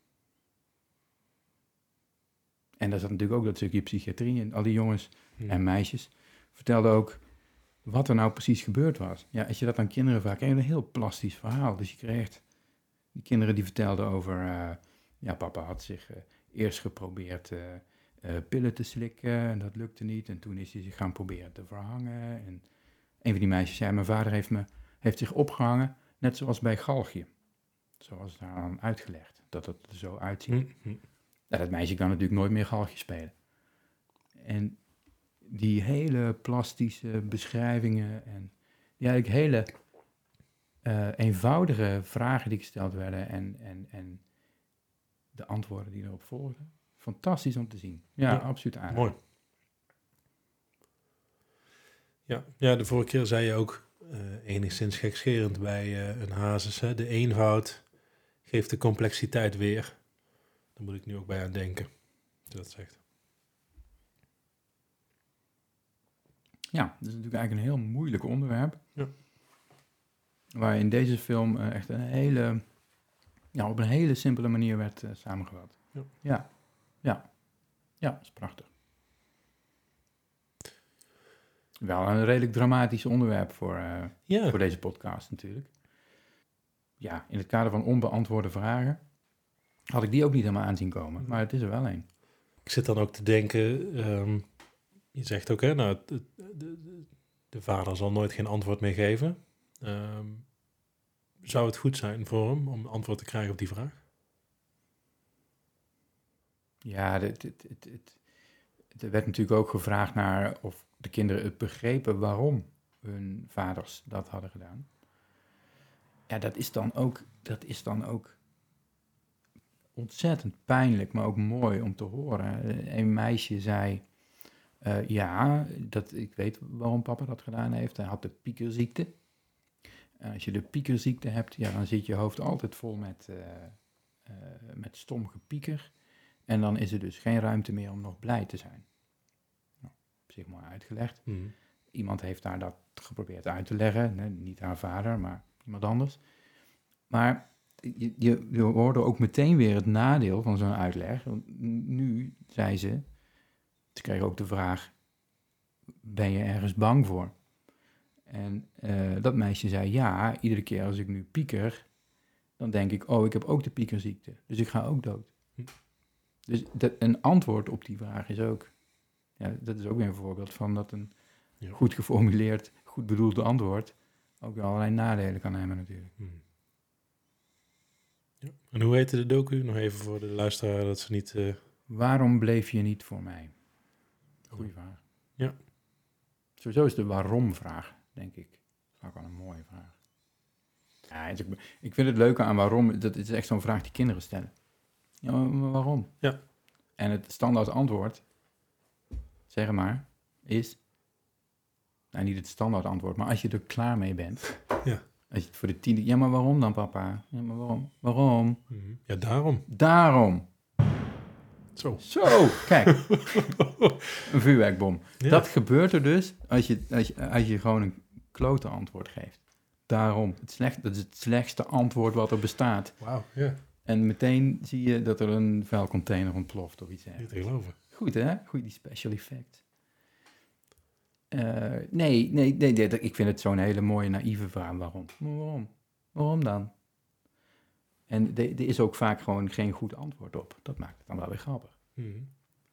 En daar zat natuurlijk ook dat stukje psychiatrie in. Al die jongens hmm. en meisjes vertelden ook wat er nou precies gebeurd was. Ja, als je dat aan kinderen vraagt, krijg je een heel plastisch verhaal. Dus je kreeg die kinderen die vertelden over... Uh, ja, papa had zich uh, eerst geprobeerd uh, uh, pillen te slikken en dat lukte niet. En toen is hij zich gaan proberen te verhangen. En een van die meisjes zei, mijn vader heeft, me, heeft zich opgehangen, net zoals bij galgje. Zo was het daar aan uitgelegd, dat het er zo uitziet. Hmm. Ja, dat meisje kan natuurlijk nooit meer galgje spelen. En die hele plastische beschrijvingen en die eigenlijk hele uh, eenvoudige vragen die gesteld werden en, en, en de antwoorden die erop volgden. Fantastisch om te zien. Ja, ja, absoluut aardig. Mooi. Ja, ja, de vorige keer zei je ook uh, enigszins gekscherend bij uh, een Hazes, hè, de eenvoud geeft de complexiteit weer. Daar moet ik nu ook bij aan denken, als je dat zegt. Ja, dat is natuurlijk eigenlijk een heel moeilijk onderwerp. Ja. Waar in deze film uh, echt een hele, ja, op een hele simpele manier werd uh, samengevat. Ja. Ja, ja, ja, dat is prachtig. Wel een redelijk dramatisch onderwerp voor, uh, ja. voor deze podcast natuurlijk. Ja, in het kader van onbeantwoorde vragen had ik die ook niet helemaal aanzien komen, maar het is er wel een. Ik zit dan ook te denken, um, je zegt ook, hè, nou, de, de, de, de vader zal nooit geen antwoord meer geven. Um, zou het goed zijn voor hem om antwoord te krijgen op die vraag? Ja, het, het, het, het, er werd natuurlijk ook gevraagd naar of de kinderen het begrepen waarom hun vaders dat hadden gedaan. Ja, dat is dan ook, dat is dan ook ontzettend pijnlijk, maar ook mooi om te horen. Een meisje zei, uh, ja, dat, ik weet waarom papa dat gedaan heeft. Hij had de piekerziekte. Uh, als je de piekerziekte hebt, ja, dan zit je hoofd altijd vol met, uh, uh, met stom gepieker. En dan is er dus geen ruimte meer om nog blij te zijn. Nou, op zich mooi uitgelegd. Mm. Iemand heeft daar dat geprobeerd uit te leggen. Nee, niet haar vader, maar iemand anders. Maar je, je, je hoorde ook meteen weer het nadeel van zo'n uitleg. Want nu, zei ze, ze kreeg ook de vraag, ben je ergens bang voor? En uh, dat meisje zei, ja, iedere keer als ik nu pieker, dan denk ik, oh, ik heb ook de piekerziekte. Dus ik ga ook dood. Hm. Dus dat, een antwoord op die vraag is ook... Ja, dat is ook weer een voorbeeld van dat een Ja. goed geformuleerd, goed bedoelde antwoord ook weer allerlei nadelen kan hebben natuurlijk. Hmm. Ja. En hoe heette de docu? Nog even voor de luisteraar dat ze niet... Uh... Waarom bleef je niet voor mij? Goeie vraag. Ja. Sowieso is de waarom-vraag, denk ik, ook wel een mooie vraag. Ja, het is ook, ik vind het leuke aan waarom, dat is echt zo'n vraag die kinderen stellen. Ja, maar, maar waarom? Ja. En het standaard antwoord, zeg maar, is... Nou, niet het standaard antwoord, maar als je er klaar mee bent... Ja. Als je het voor de tiende... Ja, maar waarom dan, papa? Ja, maar waarom? Waarom? Mm-hmm. Ja, daarom. Daarom. Zo. Zo, kijk. Een vuurwerkbom. Ja. Dat gebeurt er dus als je, als, je, als je gewoon een klote antwoord geeft. Daarom. Het slecht, dat is het slechtste antwoord wat er bestaat. Wauw, ja. En meteen zie je dat er een vuilcontainer ontploft of iets dergelijks. Niet te geloven. Goed, hè? Goed, die special effect. Uh, nee, nee, nee, nee, ik vind het zo'n hele mooie, naïeve vraag. Waarom? Maar waarom? Waarom dan? En er is ook vaak gewoon geen goed antwoord op. Dat maakt het dan wel weer grappig. Mm-hmm.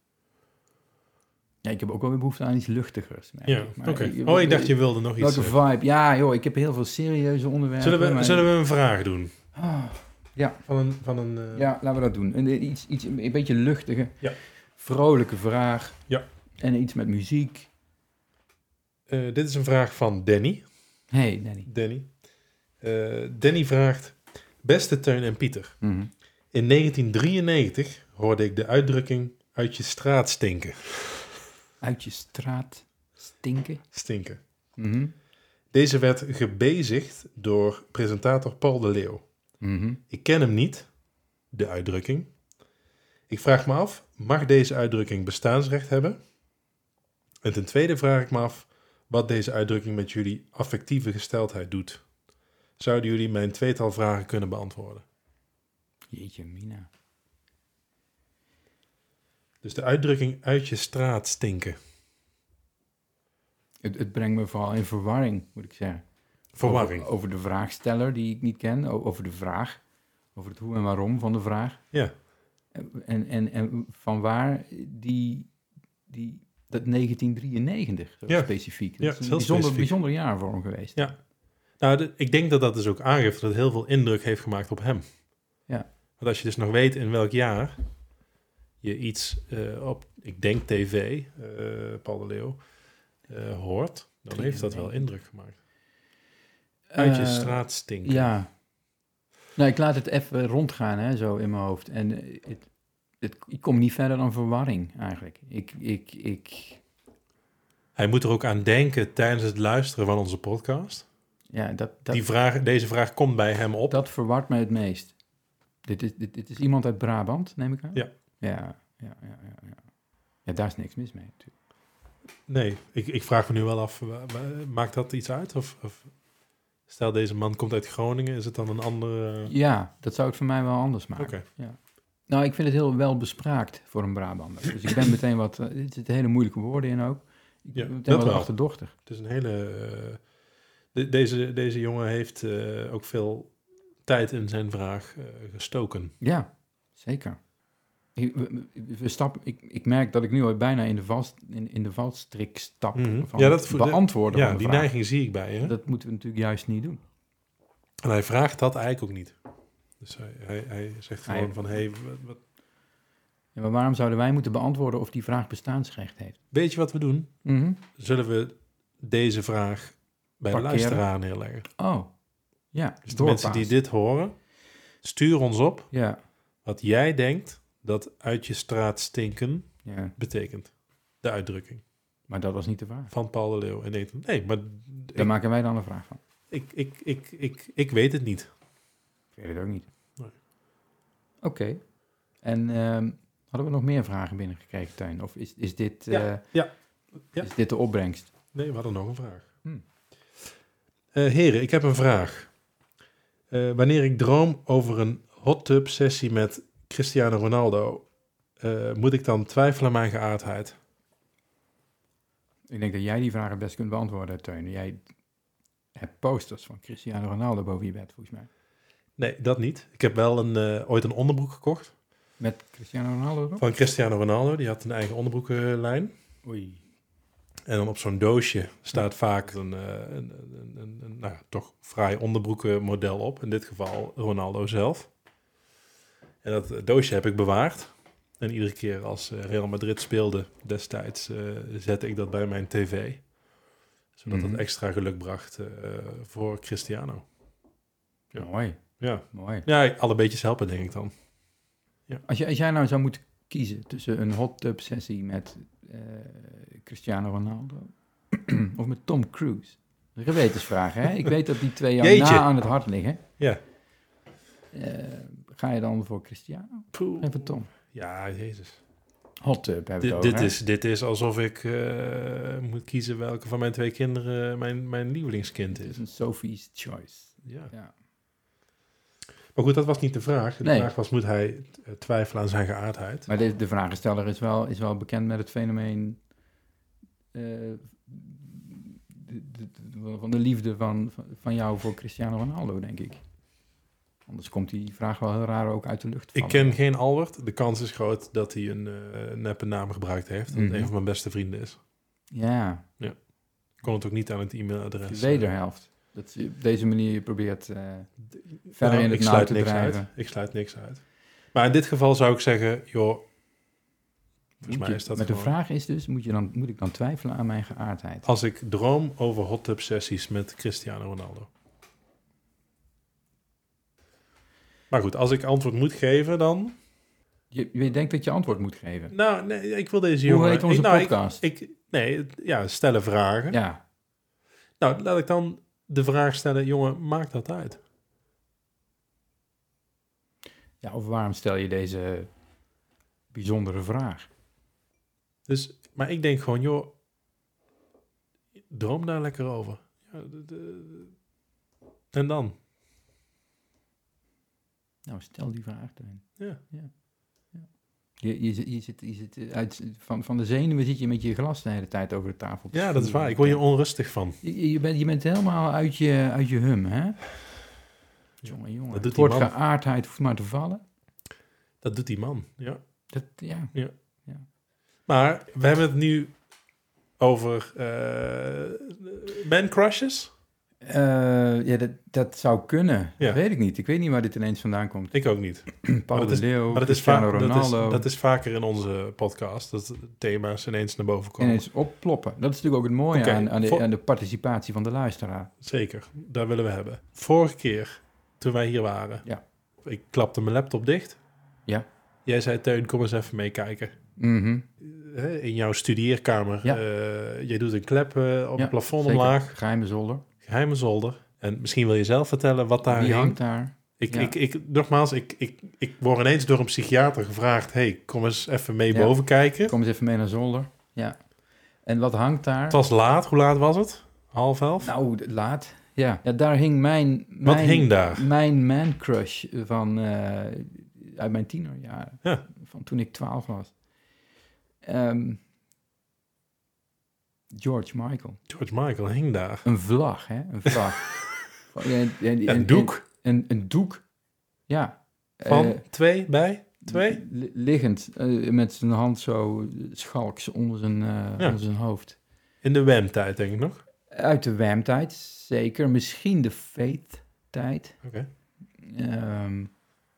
Ja, ik heb ook wel weer behoefte aan iets luchtigers. Ja, oké. Okay. Oh, ik dacht je wilde nog iets... Welke vibe? Ja, joh, ik heb heel veel serieuze onderwerpen. Zullen we, maar... zullen we een vraag doen? Oh, ja. Van een... Van een uh... Ja, laten we dat doen. Een, iets, iets, een beetje luchtige, ja. vrolijke vraag. Ja. En iets met muziek. Uh, dit is een vraag van Danny. Hey, Danny. Danny. Uh, Danny vraagt... Beste Teun en Pieter. Mm-hmm. In negentien drieënnegentig hoorde ik de uitdrukking uit je straat stinken. Uit je straat stinken? Stinken. Mm-hmm. Deze werd gebezigd door presentator Paul de Leeuw. Mm-hmm. Ik ken hem niet, de uitdrukking. Ik vraag me af, mag deze uitdrukking bestaansrecht hebben? En ten tweede vraag ik me af wat deze uitdrukking met jullie affectieve gesteldheid doet. Zouden jullie mijn tweetal vragen kunnen beantwoorden? Jeetje, mina. Dus de uitdrukking uit je straat stinken. Het, het brengt me vooral in verwarring, moet ik zeggen. Verwarring? Over, over de vraagsteller die ik niet ken, over de vraag, over het hoe en waarom van de vraag. Ja. En, en, en van waar die, die, dat negentien drieënnegentig, zo ja. specifiek. Dat ja, is een heel bijzonder, specifiek. bijzonder jaar voor hem geweest. Ja. Nou, de, ik denk dat dat dus ook aangeeft dat het heel veel indruk heeft gemaakt op hem. Ja. Want als je dus nog weet in welk jaar je iets uh, op, ik denk tv, uh, Paul de Leeuw, uh, hoort, dan heeft dat wel indruk gemaakt. Uit je uh, straat stinken. Ja. Nou, ik laat het even rondgaan, hè, zo in mijn hoofd. En uh, het, het, ik kom niet verder dan verwarring, eigenlijk. Ik, ik, ik... Hij moet er ook aan denken tijdens het luisteren van onze podcast. Ja, dat, dat, Die vraag, deze vraag komt bij hem op. Dat verwart mij het meest. Dit is, dit, dit is iemand uit Brabant, neem ik aan? Ja. Ja, ja, ja, ja. Ja, ja daar is niks mis mee natuurlijk. Nee, ik, ik vraag me nu wel af, maakt dat iets uit? Of, of stel deze man komt uit Groningen, is het dan een andere... Ja, dat zou het voor mij wel anders maken. Oké. Okay. Ja. Nou, ik vind het heel wel bespraakt voor een Brabander. Dus ik ben meteen wat... Er zitten hele moeilijke woorden in ook. Ik ben ja, meteen wat wel. achterdochtig. Het is een hele... Uh, de, deze, deze jongen heeft uh, ook veel tijd in zijn vraag uh, gestoken. Ja, zeker. Ik, we, we stap, ik, ik merk dat ik nu al bijna in de, vast, in, in de valstrik stap mm-hmm. van ja, dat, beantwoorden ja, van de die vraag. neiging zie ik bij je. Dat moeten we natuurlijk juist niet doen. En hij vraagt dat eigenlijk ook niet. Dus hij, hij, hij zegt gewoon hij, van, hé, hey, wat, wat... Ja, maar waarom zouden wij moeten beantwoorden of die vraag bestaansrecht heeft? Weet je wat we doen? Mm-hmm. Zullen we deze vraag bij Parkeren. de luisteraar neerleggen? Oh, ja. Dus de mensen die dit horen, stuur ons op ja. wat jij denkt dat uit je straat stinken ja. betekent. De uitdrukking. Maar dat was niet de vraag. Van Paul de Leeuw. En nee, nee, maar... Daar ik, maken wij dan een vraag van. Ik, ik, ik, ik, ik weet het niet. Ik weet het ook niet. Nee. Oké. Okay. En um, hadden we nog meer vragen binnengekregen, Teun? Of is, is, dit, uh, ja. Ja. Ja. is dit de opbrengst? Nee, we hadden nog een vraag. Hmm. Uh, heren, ik heb een vraag. Uh, wanneer ik droom over een hot tub sessie met Cristiano Ronaldo, uh, moet ik dan twijfelen aan mijn geaardheid? Ik denk dat jij die vraag het best kunt beantwoorden, Teun. Jij hebt posters van Cristiano Ronaldo boven je bed, volgens mij. Nee, dat niet. Ik heb wel een, uh, ooit een onderbroek gekocht. Met Cristiano Ronaldo erop? Van Cristiano Ronaldo. Die had een eigen onderbroekenlijn. Oei. En dan op zo'n doosje staat vaak een, uh, een, een, een, een nou, toch fraai onderbroekenmodel op. In dit geval Ronaldo zelf. En dat doosje heb ik bewaard. En iedere keer als Real Madrid speelde destijds, uh, zette ik dat bij mijn tv. Zodat mm-hmm. het extra geluk bracht uh, voor Cristiano. Ja. Mooi. Ja. Mooi. Ja, alle beetjes helpen, denk ik dan. Ja. Als, je, als jij nou zou moeten kiezen tussen een hot tub sessie met uh, Cristiano Ronaldo of met Tom Cruise. Een gewetensvraag, hè? Ik weet dat die twee jou Jeetje. na aan het hart liggen. Ja. Uh, ga je dan voor Cristiano Poeh. En voor Tom? Ja, jezus. Hot tub hebben we D- het dit, over, is, dit is alsof ik uh, moet kiezen welke van mijn twee kinderen mijn, mijn lievelingskind is. Het is een Sophie's Choice. Ja. ja. Maar goed, dat was niet de vraag. De nee. vraag was, moet hij twijfelen aan zijn geaardheid? Maar de, de vragensteller is wel, is wel bekend met het fenomeen uh, de, de, de, van de liefde van, van jou voor Cristiano Ronaldo, denk ik. Anders komt die vraag wel heel raar ook uit de lucht vallen. Ik ken geen Albert. De kans is groot dat hij een uh, neppe naam gebruikt heeft. Dat mm-hmm. een van mijn beste vrienden is. Ja. ja. Ik kon het ook niet aan het e-mailadres. De wederhelft. Dat je op deze manier je probeert uh, verder nou, in het nauw te drijven. Uit. Ik sluit niks uit. Maar in dit geval zou ik zeggen, joh, volgens mij je, is dat Maar gewoon... de vraag is dus, moet, je dan, moet ik dan twijfelen aan mijn geaardheid? Als ik droom over hot tub sessies met Cristiano Ronaldo. Maar goed, als ik antwoord moet geven, dan... Je, je denkt dat je antwoord moet geven? Nou, nee, ik wil deze Hoe jongen... heet onze ik, nou, podcast? Ik, ik, nee, ja, stellen vragen. Ja. Nou, laat ik dan de vraag stellen, jongen, maakt dat uit? Ja, of waarom stel je deze bijzondere vraag? Dus, maar ik denk gewoon, joh, droom daar lekker over. Ja, de, de, en dan? Nou, stel die vraag dan. Ja. ja. ja. Je, je, je zit, je zit uit, van, van de zenuwen zit je met je glas de hele tijd over de tafel. Ja, dat is waar. Ik word hier onrustig van. Je, je, bent, je bent helemaal uit je, uit je hum, hè? Jongen, jongen. Dat het woord geaardheid hoeft maar te vallen. Dat doet die man, ja. Dat, ja. ja. ja. Maar we hebben het nu over uh, man crushes. Uh, ja, dat, dat zou kunnen. Ja. Dat weet ik niet. Ik weet niet waar dit ineens vandaan komt. Ik ook niet. Paul de Leeuw, maar dat Cristiano is va- Ronaldo. Dat is, dat is vaker in onze podcast, dat thema's ineens naar boven komen. Ineens opploppen. Dat is natuurlijk ook het mooie okay, aan, aan, de, voor... aan de participatie van de luisteraar. Zeker, daar willen we hebben. Vorige keer, toen wij hier waren, ja. ik klapte mijn laptop dicht. Ja. Jij zei, Teun, kom eens even meekijken. Mm-hmm. In jouw studeerkamer. Ja. Uh, jij doet een klep uh, op ja, het plafond zeker. omlaag. Geheime zolder. Geheime zolder. En misschien wil je zelf vertellen wat daar Wie hing. hangt daar? Ik, ja. ik, ik, nogmaals, ik, ik, ik word ineens door een psychiater gevraagd... hey, kom eens even mee ja. boven kijken. Kom eens even mee naar zolder. Ja. En wat hangt daar? Het was laat. Hoe laat was het? Half elf? Nou, laat. Ja, ja daar hing mijn... Wat mijn, hing daar? Mijn man crush van... Uh, uit mijn tienerjaren. Ja. Van toen ik twaalf was. Um, George Michael. George Michael hing daar. Een vlag, hè? Een vlag. en, en, een doek. Een, een, een doek, ja. Van uh, twee bij twee? Li- liggend, uh, met zijn hand zo schalks onder zijn, uh, ja. onder zijn hoofd. In de W A M-tijd, denk ik nog? Uit de W A M-tijd, zeker. Misschien de Faith-tijd. Oké. Okay. Um,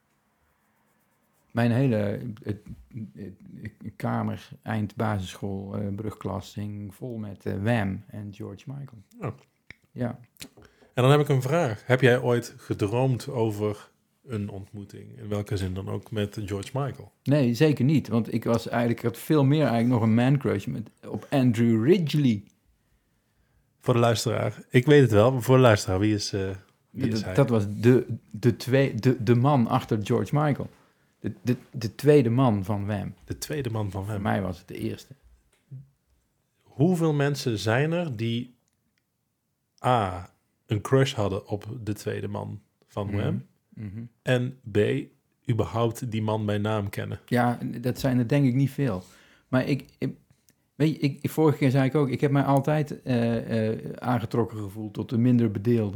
mijn hele uh, uh, kamer, eind basisschool, uh, brugklas, hing vol met uh, W A M en George Michael. Oh. Ja. En dan heb ik een vraag. Heb jij ooit gedroomd over een ontmoeting? In welke zin dan ook met George Michael? Nee, zeker niet. Want ik was eigenlijk, ik had veel meer eigenlijk nog een man crush met, op Andrew Ridgeley. Voor de luisteraar. Ik weet het wel, maar voor de luisteraar, wie is, uh, wie is dat, hij? Dat was de, de, twee, de, de man achter George Michael. De, de, de tweede man van W A M. De tweede man van W A M. Voor mij was het de eerste. Hoeveel mensen zijn er die A, een crush hadden op de tweede man van W A M... Mm-hmm. en B, überhaupt die man bij naam kennen? Ja, dat zijn er denk ik niet veel. Maar ik, ik weet je, ik, ik, vorige keer zei ik ook, ik heb mij altijd uh, uh, aangetrokken gevoeld tot de minder bedeelden.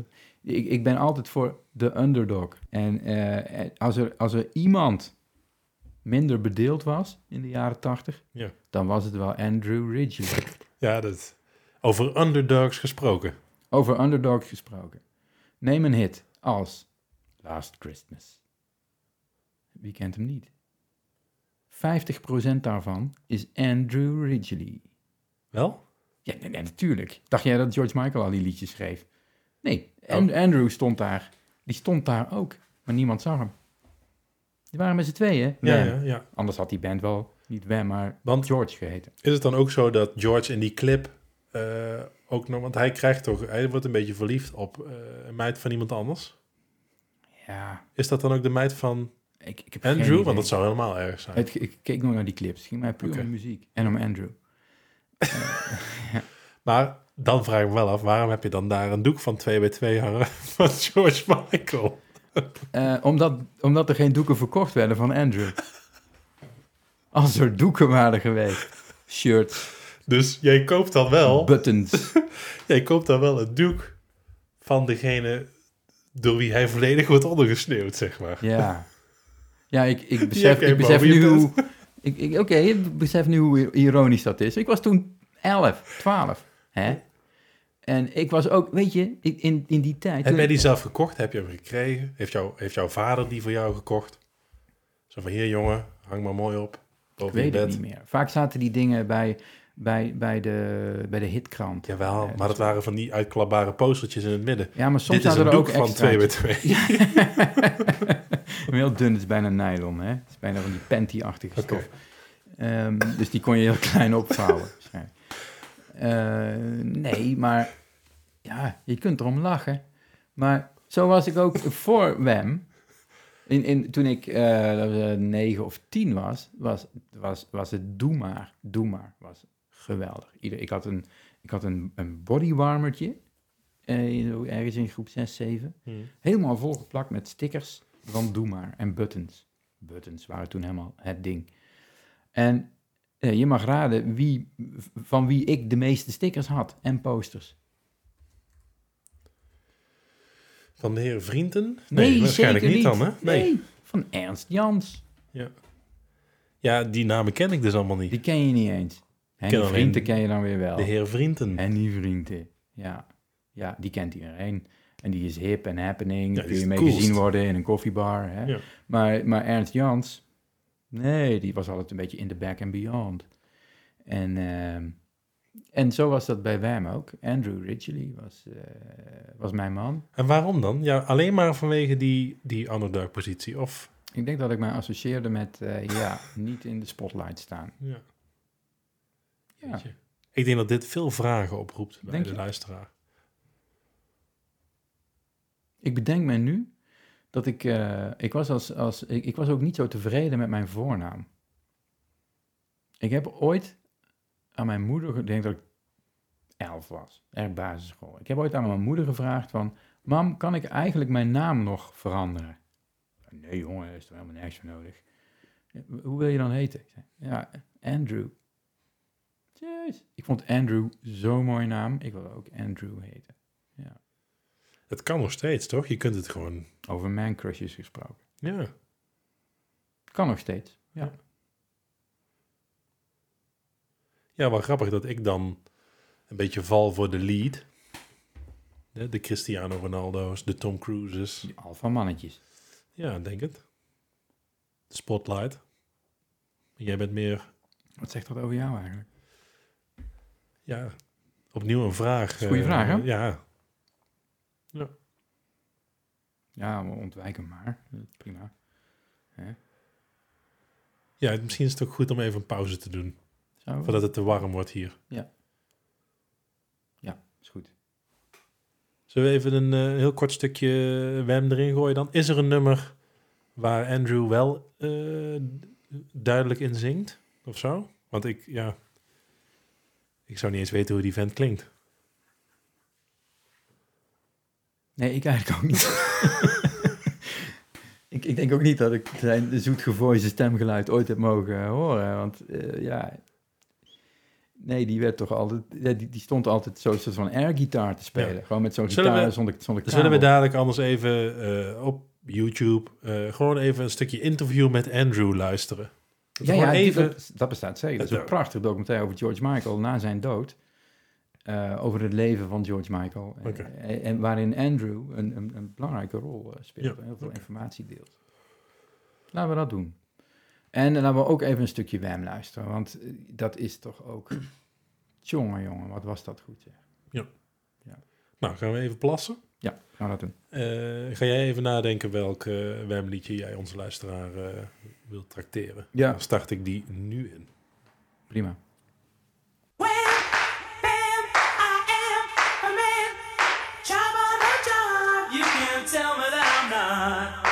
Ik, ik ben altijd voor de underdog. En uh, als, er, als er iemand minder bedeeld was in de jaren tachtig, Ja. dan was het wel Andrew Ridgeley. Ja, dat, over underdogs gesproken. Over underdogs gesproken. Neem een hit als Last Christmas. Wie kent hem niet? vijftig procent daarvan is Andrew Ridgeley. Wel? Ja, nee, nee, natuurlijk. Dacht jij dat George Michael al die liedjes schreef? Nee, Oh. And- Andrew stond daar. Die stond daar ook, maar niemand zag hem. Die waren met z'n tweeën. Ja, Wham. ja, ja. Anders had die band wel niet Wham, maar Want George geheten. is het dan ook zo dat George in die clip uh, ook nog... Want hij krijgt toch... Hij wordt een beetje verliefd op uh, een meid van iemand anders. Ja. Is dat dan ook de meid van Ik, ik heb Andrew? Want dat zou helemaal erg zijn. Het, ik keek nog naar die clips. Het ging mij puur Okay. om de muziek. En om Andrew. uh, ja. Maar dan vraag ik me wel af, waarom heb je dan daar een doek van twee bij twee hangen van George Michael? uh, omdat, omdat er geen doeken verkocht werden van Andrew. Als er doeken waren geweest. Shirts. Dus jij koopt dan wel... Buttons. Jij koopt dan wel het doek van degene door wie hij volledig wordt ondergesneeuwd, zeg maar. Ja. Ja, ik, ik besef, ik besef nu hoe... Ik, ik, Oké, okay, ik besef nu hoe ironisch dat is. Ik was toen elf, twaalf. Hè? En ik was ook, weet je, in, in die tijd... Heb jij ik, die zelf gekocht? Heb je hem gekregen? Heeft, jou, heeft jouw vader die voor jou gekocht? Zo van, hier jongen, hang maar mooi op. Ik weet het niet meer. Vaak zaten die dingen bij, bij, bij, de, bij de hitkrant. Jawel, uh, maar dat waren van die uitklapbare postertjes in het midden. Ja, maar soms Dit is een er doek ook van twee bij twee. Heel dun, het is bijna nylon, hè? Het is bijna van die panty-achtige Okay. stof. Um, dus die kon je heel klein opvouwen. uh, nee, maar ja, je kunt erom lachen. Maar zo was ik ook voor Wham. In, in, toen ik uh, negen of tien was, was, was, was het Doe Maar. Doe Maar was geweldig. Ieder, ik had een, ik had een, een bodywarmertje, uh, ergens in groep zes, zeven. Hmm. Helemaal volgeplakt met stickers van Doe Maar en buttons. Buttons waren toen helemaal het ding. En uh, je mag raden wie, van wie ik de meeste stickers had en posters. Van de heer Vrienden? Nee, nee waarschijnlijk niet, niet dan, hè? Nee. nee, van Ernst Jans. Ja. Ja, die namen ken ik dus allemaal niet. Die ken je niet eens. Henny Vrienden ken je dan weer wel. De heer Vrienden. Henny Vrienden, ja. Ja, die kent iedereen. En die is hip en happening. Ja, kun je mee coolst. gezien worden in een koffiebar. Hè? Ja. Maar, maar Ernst Jans, nee, die was altijd een beetje in the back and beyond. En... Uh, En zo was dat bij Wham ook. Andrew Ridgeley was, uh, was mijn man. En waarom dan? Ja, alleen maar vanwege die, die underdog-positie, of? Ik denk dat ik mij associeerde met, uh, ja, niet in de spotlight staan. Ja. Ja. Ik denk dat dit veel vragen oproept bij denk de je? luisteraar. Ik bedenk me nu dat ik... Uh, ik, was als, als, ik, ik was ook niet zo tevreden met mijn voornaam. Ik heb ooit... aan mijn moeder, ik denk dat ik elf was, erg basisschool. Ik heb ooit aan mijn moeder gevraagd van, mam, kan ik eigenlijk mijn naam nog veranderen? Nee jongen, daar is er helemaal nergens voor nodig. Hoe wil je dan heten? Ik zei, ja, Andrew. Jeez. Ik vond Andrew zo'n mooie naam, ik wil ook Andrew heten. Ja. Het kan nog steeds, toch? Je kunt het gewoon... Over man crushes gesproken. Ja. Het kan nog steeds, ja. Ja, wel grappig dat ik dan een beetje val voor de lead. De, de Cristiano Ronaldo's, de Tom Cruises. Die alpha mannetjes. Ja, denk het. De Spotlight. Jij bent meer... Wat zegt dat over jou eigenlijk? Ja, opnieuw een vraag. Goeie uh, vraag, hè? Ja. Ja. Ja, we ontwijken maar. Prima. Hè? Ja, misschien is het ook goed om even een pauze te doen. Zo. Voordat het te warm wordt hier. Ja. Ja, is goed. Zullen we even een uh, heel kort stukje Wham erin gooien dan? Is er een nummer waar Andrew wel uh, duidelijk in zingt? Of zo? Want ik, ja... Ik zou niet eens weten hoe die vent klinkt. Nee, ik eigenlijk ook niet. ik, ik denk ook niet dat ik zijn zoetgevoelige stemgeluid ooit heb mogen horen. Want uh, ja... Nee, die werd toch altijd... ja, Die, die stond altijd zo'n soort van airgitaar te spelen. Ja. Gewoon met zo'n Zullen gitaar we- zonder, zonder kabel. Zullen we dadelijk anders even uh, op YouTube uh, gewoon even een stukje interview met Andrew luisteren? Dat Ja, gewoon ja die- even... dat, dat bestaat zeker. Dat is Ja. een prachtig documentaire over George Michael na zijn dood. Uh, over het leven van George Michael. Okay. En, en waarin Andrew een, een, een belangrijke rol uh, speelt. Ja. Heel veel Okay. informatie deelt. Laten we dat doen. En uh, laten we ook even een stukje Wham luisteren. Want uh, dat is toch ook... Jongen, jongen, wat was dat goed, zeg. Ja. ja. Nou, gaan we even plassen? Ja, gaan we dat doen. Uh, ga jij even nadenken welk uh, Wham-liedje jij onze luisteraar uh, wilt trakteren? Ja. Dan start ik die nu in. Prima. Tell me that I'm not